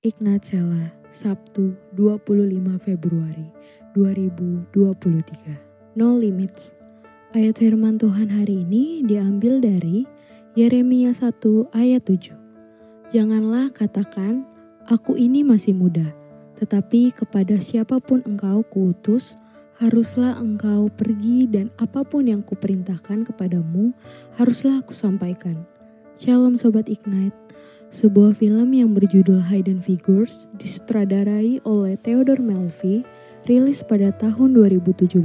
Ignat Sela, Sabtu 25 Februari 2023. No Limits. Ayat firman Tuhan hari ini diambil dari Yeremia 1 ayat 7. Janganlah katakan, aku ini masih muda, tetapi kepada siapapun engkau kuutus, haruslah engkau pergi dan apapun yang kuperintahkan kepadamu, haruslah aku sampaikan. Shalom Sobat Ignite. Sebuah film yang berjudul Hidden Figures disutradarai oleh Theodore Melfi, rilis pada tahun 2017.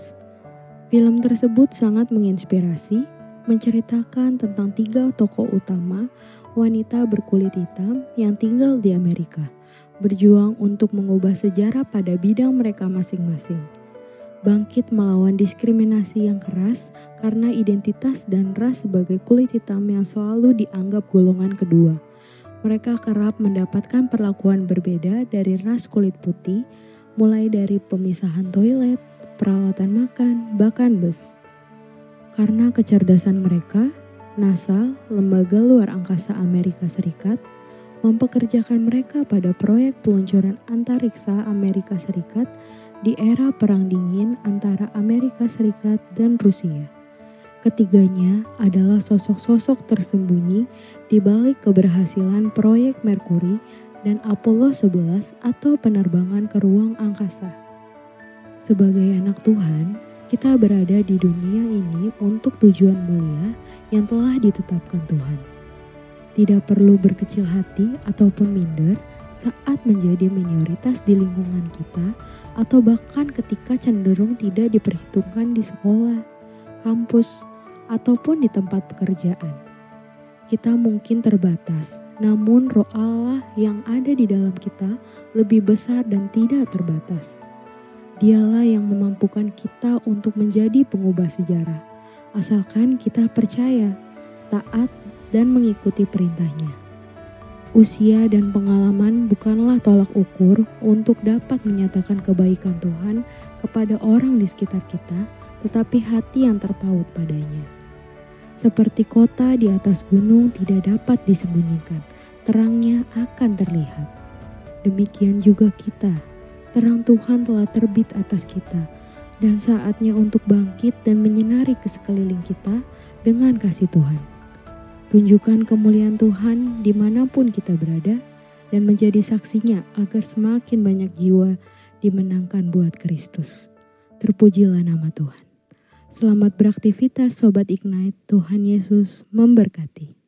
Film tersebut sangat menginspirasi, menceritakan tentang 3 tokoh utama wanita berkulit hitam yang tinggal di Amerika, berjuang untuk mengubah sejarah pada bidang mereka masing-masing. Bangkit melawan diskriminasi yang keras karena identitas dan ras sebagai kulit hitam yang selalu dianggap golongan kedua. Mereka kerap mendapatkan perlakuan berbeda dari ras kulit putih, mulai dari pemisahan toilet, peralatan makan, bahkan bus. Karena kecerdasan mereka, NASA, lembaga luar angkasa Amerika Serikat, mempekerjakan mereka pada proyek peluncuran antariksa Amerika Serikat di era Perang Dingin antara Amerika Serikat dan Rusia. Ketiganya adalah sosok-sosok tersembunyi di balik keberhasilan proyek Mercury dan Apollo 11 atau penerbangan ke ruang angkasa. Sebagai anak Tuhan, kita berada di dunia ini untuk tujuan mulia yang telah ditetapkan Tuhan. Tidak perlu berkecil hati ataupun minder saat menjadi minoritas di lingkungan kita atau bahkan ketika cenderung tidak diperhitungkan di sekolah, kampus, ataupun di tempat pekerjaan. Kita mungkin terbatas, namun Roh Allah yang ada di dalam kita lebih besar dan tidak terbatas. Dialah yang memampukan kita untuk menjadi pengubah sejarah, asalkan kita percaya, taat, dan mengikuti perintahnya. Usia dan pengalaman bukanlah tolak ukur untuk dapat menyatakan kebaikan Tuhan kepada orang di sekitar kita, tetapi hati yang terpaut padanya. Seperti kota di atas gunung tidak dapat disembunyikan, terangnya akan terlihat. Demikian juga kita, terang Tuhan telah terbit atas kita, dan saatnya untuk bangkit dan menyinari ke sekeliling kita dengan kasih Tuhan. Tunjukkan kemuliaan Tuhan dimanapun kita berada, dan menjadi saksinya agar semakin banyak jiwa dimenangkan buat Kristus. Terpujilah nama Tuhan. Selamat beraktivitas Sobat Ignite, Tuhan Yesus memberkati.